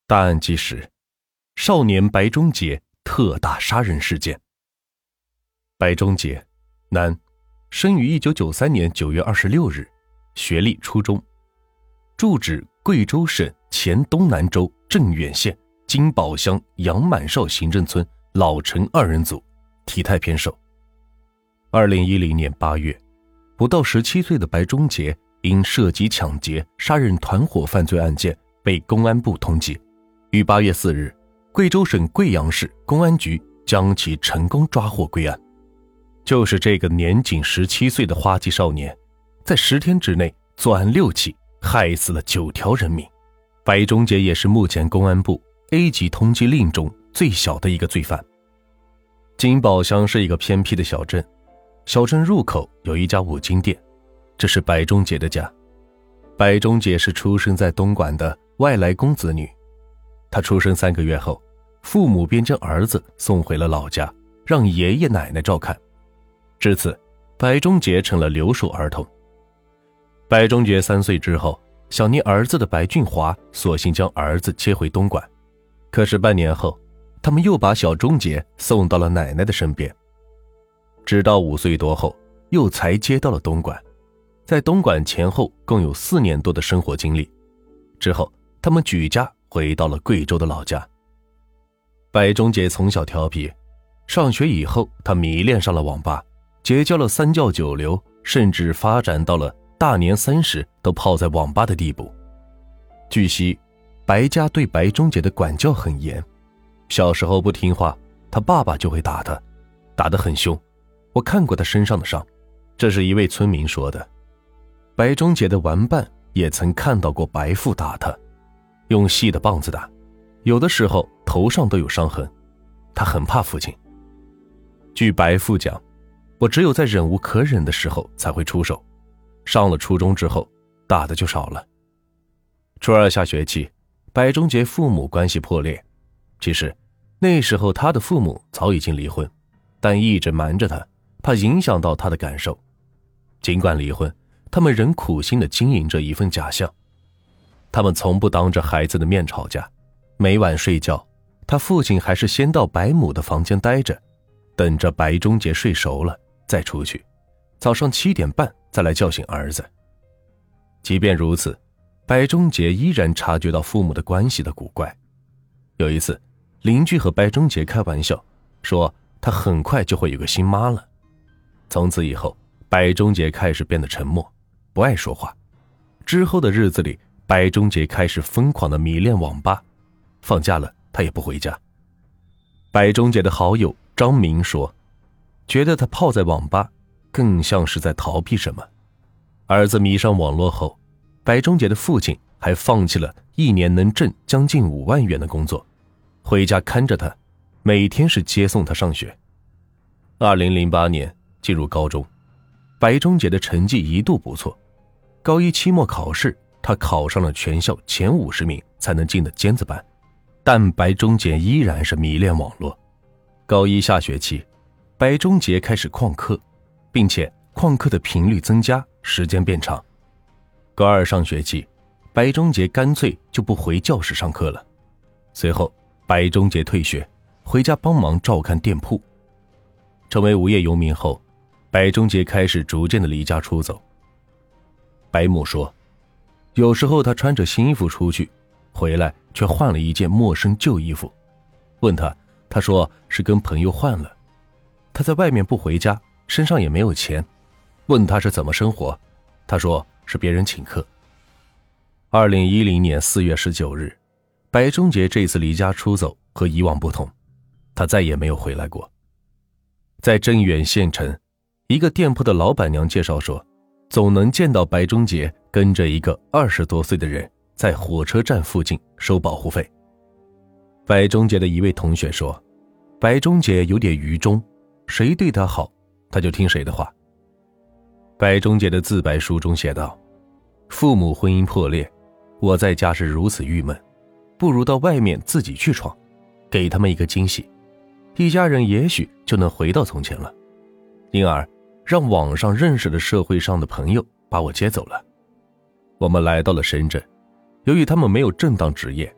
大案纪实：少年白忠杰特大杀人事件。白忠杰，男，生于1993年9月26日，学历初中，住址贵州省黔东南州镇远县金宝乡杨满少行政村老陈二人组，体态偏瘦。2010年8月，不到17岁的白忠杰因涉及抢劫、杀人团伙犯罪案件被公安部通缉，于8月4日，贵州省贵阳市公安局将其成功抓获归案。就是这个年仅17岁的花季少年，在10天之内作案6起，害死了9条人命。白忠杰也是目前公安部 A 级通缉令中最小的一个罪犯。金宝乡是一个偏僻的小镇，小镇入口有一家五金店，这是白忠杰的家。白忠杰是出生在东莞的外来公子女，他出生3个月后，父母便将儿子送回了老家，让爷爷奶奶照看。至此，白忠杰成了留守儿童。白忠杰3岁之后，想念儿子的白俊华索性将儿子接回东莞，可是半年后，他们又把小忠杰送到了奶奶的身边。直到5岁多后，又才接到了东莞，在东莞前后共有4年多的生活经历。之后，他们举家回到了贵州的老家。白忠杰从小调皮，上学以后，他迷恋上了网吧，结交了三教九流，甚至发展到了大年30都泡在网吧的地步。据悉，白家对白忠杰的管教很严，小时候不听话，他爸爸就会打他，打得很凶。我看过他身上的伤，这是一位村民说的。白忠杰的玩伴也曾看到过白父打他，用细的棒子打，有的时候头上都有伤痕，他很怕父亲。据白父讲，我只有在忍无可忍的时候才会出手，上了初中之后，打的就少了。初2下学期，白忠杰父母关系破裂，其实那时候他的父母早已经离婚，但一直瞒着他，怕影响到他的感受。尽管离婚，他们仍苦心地经营着一份假象。他们从不当着孩子的面吵架，每晚睡觉，他父亲还是先到白母的房间待着，等着白忠杰睡熟了再出去，早上7点半再来叫醒儿子。即便如此，白忠杰依然察觉到父母的关系的古怪。有一次，邻居和白忠杰开玩笑说他很快就会有个新妈了。从此以后，白忠杰开始变得沉默，不爱说话。之后的日子里，白忠杰开始疯狂地迷恋网吧，放假了他也不回家。白忠杰的好友张明说，觉得他泡在网吧更像是在逃避什么。儿子迷上网络后，白忠杰的父亲还放弃了1年能挣将近5万元的工作，回家看着他，每天是接送他上学。2008年进入高中，白忠杰的成绩一度不错，高1期末考试他考上了全校前50名才能进的尖子班，但白忠杰依然是迷恋网络。高1下学期，白忠杰开始旷课，并且旷课的频率增加，时间变长。高2上学期，白忠杰干脆就不回教室上课了。随后，白忠杰退学，回家帮忙照看店铺。成为无业游民后，白忠杰开始逐渐的离家出走。白母说，有时候他穿着新衣服出去，回来却换了一件陌生旧衣服。问他说是跟朋友换了。他在外面不回家，身上也没有钱。问他是怎么生活，他说是别人请客。2010年4月19日，白忠杰这次离家出走和以往不同，他再也没有回来过。在镇远县城，一个店铺的老板娘介绍说，总能见到白忠杰跟着一个20多岁的人在火车站附近收保护费。白忠杰的一位同学说，白忠杰有点愚忠，谁对他好，他就听谁的话。白忠杰的自白书中写道，父母婚姻破裂，我在家是如此郁闷，不如到外面自己去闯，给他们一个惊喜，一家人也许就能回到从前了。因而让网上认识的社会上的朋友把我接走了。我们来到了深圳，由于他们没有正当职业，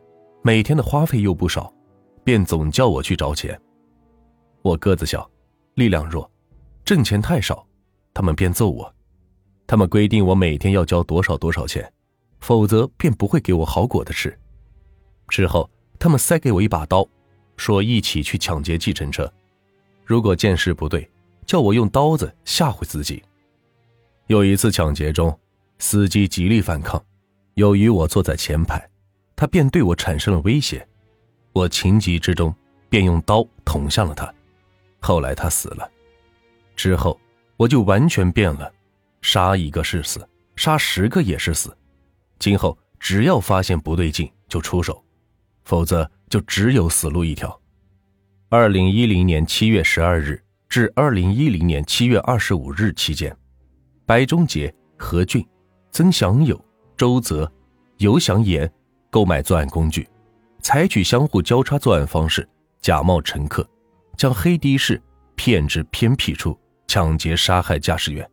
每天的花费又不少，便总叫我去找钱。我个子小，力量弱，挣钱太少，他们便揍我。他们规定我每天要交多少多少钱，否则便不会给我好果子吃。之后他们塞给我一把刀，说一起去抢劫计程车，如果见势不对，叫我用刀子吓唬自己。有一次抢劫中，司机极力反抗，由于我坐在前排，他便对我产生了威胁，我情急之中便用刀捅向了他，后来他死了。之后我就完全变了，杀一个是死，杀10个也是死，今后只要发现不对劲就出手，否则就只有死路一条。2010年7月12日至2010年7月25日期间，白忠杰、何俊、曾祥友、周泽、尤祥言购买作案工具，采取相互交叉作案方式，假冒乘客，将黑的士骗至偏僻处，抢劫杀害驾驶员。